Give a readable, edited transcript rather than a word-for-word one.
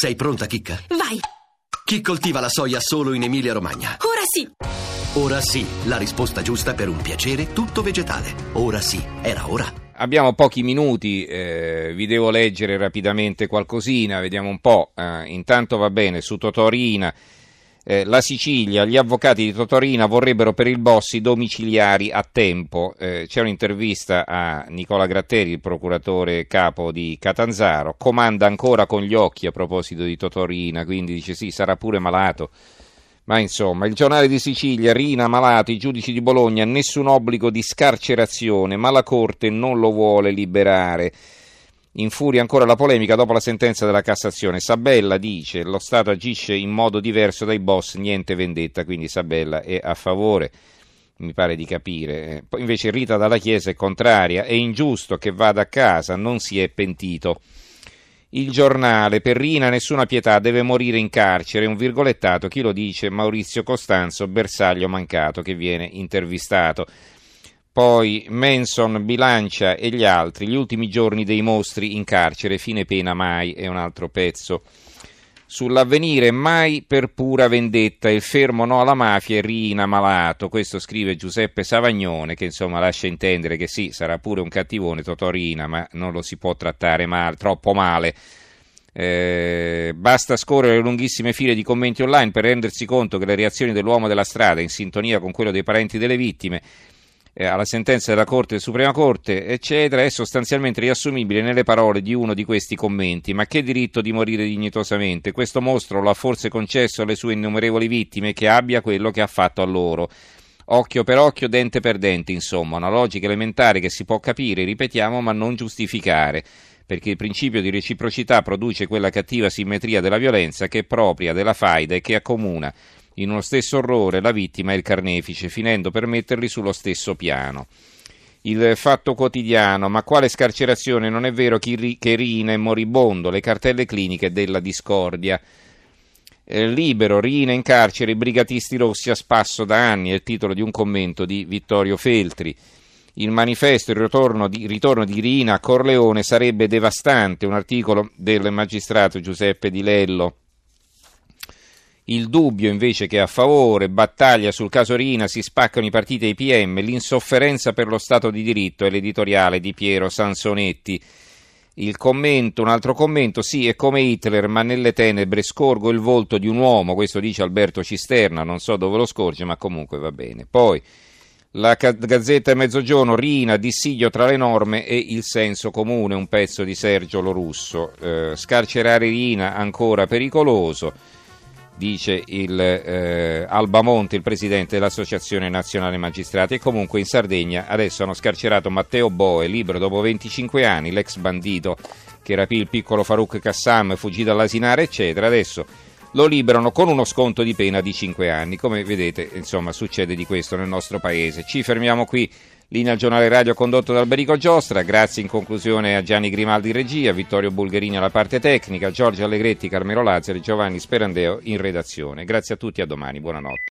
Sei pronta, Chicca? Vai! Chi coltiva la soia solo in Emilia-Romagna? Ora sì! Ora sì, la risposta giusta per un piacere tutto vegetale. Ora sì, era ora. Abbiamo pochi minuti, vi devo leggere rapidamente qualcosina, vediamo un po'. Intanto va bene, su Totò Riina, la Sicilia, gli avvocati di Totò Riina vorrebbero per il boss i domiciliari a tempo. C'è un'intervista a Nicola Gratteri, il procuratore capo di Catanzaro, comanda ancora con gli occhi a proposito di Totò Riina, quindi dice sì, sarà pure malato. Ma insomma, il giornale di Sicilia, Riina malato, i giudici di Bologna, nessun obbligo di scarcerazione, ma la Corte non lo vuole liberare. Infuria ancora la polemica dopo la sentenza della Cassazione. Sabella dice, lo Stato agisce in modo diverso dai boss, niente vendetta, quindi Sabella è a favore, mi pare di capire. Poi invece Rita Dalla Chiesa è contraria, è ingiusto che vada a casa, non si è pentito. Il giornale, per Riina nessuna pietà, deve morire in carcere, un virgolettato, chi lo dice? Maurizio Costanzo, bersaglio mancato, che viene intervistato. Poi Manson, Bilancia e gli altri, gli ultimi giorni dei mostri in carcere, fine pena mai, è un altro pezzo. Sull'Avvenire, mai per pura vendetta, il fermo no alla mafia e Riina malato, questo scrive Giuseppe Savagnone, che insomma lascia intendere che sì, sarà pure un cattivone Totò Riina, ma non lo si può trattare troppo male. Basta scorrere lunghissime file di commenti online per rendersi conto che le reazioni dell'uomo della strada, in sintonia con quello dei parenti delle vittime, alla sentenza della Corte, Suprema Corte, eccetera, è sostanzialmente riassumibile nelle parole di uno di questi commenti. Ma che diritto di morire dignitosamente? Questo mostro lo ha forse concesso alle sue innumerevoli vittime, che abbia quello che ha fatto a loro. Occhio per occhio, dente per dente, insomma, una logica elementare che si può capire, ripetiamo, ma non giustificare, perché il principio di reciprocità produce quella cattiva simmetria della violenza che è propria della faida e che accomuna in uno stesso orrore la vittima e il carnefice, finendo per metterli sullo stesso piano. Il Fatto Quotidiano, ma quale scarcerazione, non è vero che Riina è moribondo, le cartelle cliniche della discordia. Libero, Riina in carcere, i brigatisti rossi a spasso da anni, è il titolo di un commento di Vittorio Feltri. Il Manifesto, il ritorno di Riina a Corleone sarebbe devastante, un articolo del magistrato Giuseppe Di Lello. Il Dubbio invece che è a favore, battaglia sul caso Riina, si spaccano i partiti e i PM, l'insofferenza per lo Stato di diritto è l'editoriale di Piero Sansonetti. Il commento, un altro commento, sì, è come Hitler, ma nelle tenebre scorgo il volto di un uomo, questo dice Alberto Cisterna, non so dove lo scorge, ma comunque va bene. Poi la Gazzetta Mezzogiorno, Riina, dissidio tra le norme e il senso comune, un pezzo di Sergio Lorusso. Scarcerare Riina ancora pericoloso, dice Alba Monte, il presidente dell'Associazione Nazionale Magistrati. E comunque in Sardegna adesso hanno scarcerato Matteo Boe, libero dopo 25 anni, l'ex bandito che rapì il piccolo Farouk Kassam, fuggì dall'asinare eccetera, adesso lo liberano con uno sconto di pena di 5 anni. Come vedete, insomma, succede di questo nel nostro paese. Ci fermiamo qui. Linea al giornale radio condotto da Alberico Giostra, grazie in conclusione a Gianni Grimaldi in regia, Vittorio Bulgherini alla parte tecnica, Giorgio Allegretti, Carmelo Lazzari, Giovanni Sperandeo in redazione. Grazie a tutti, a domani, buonanotte.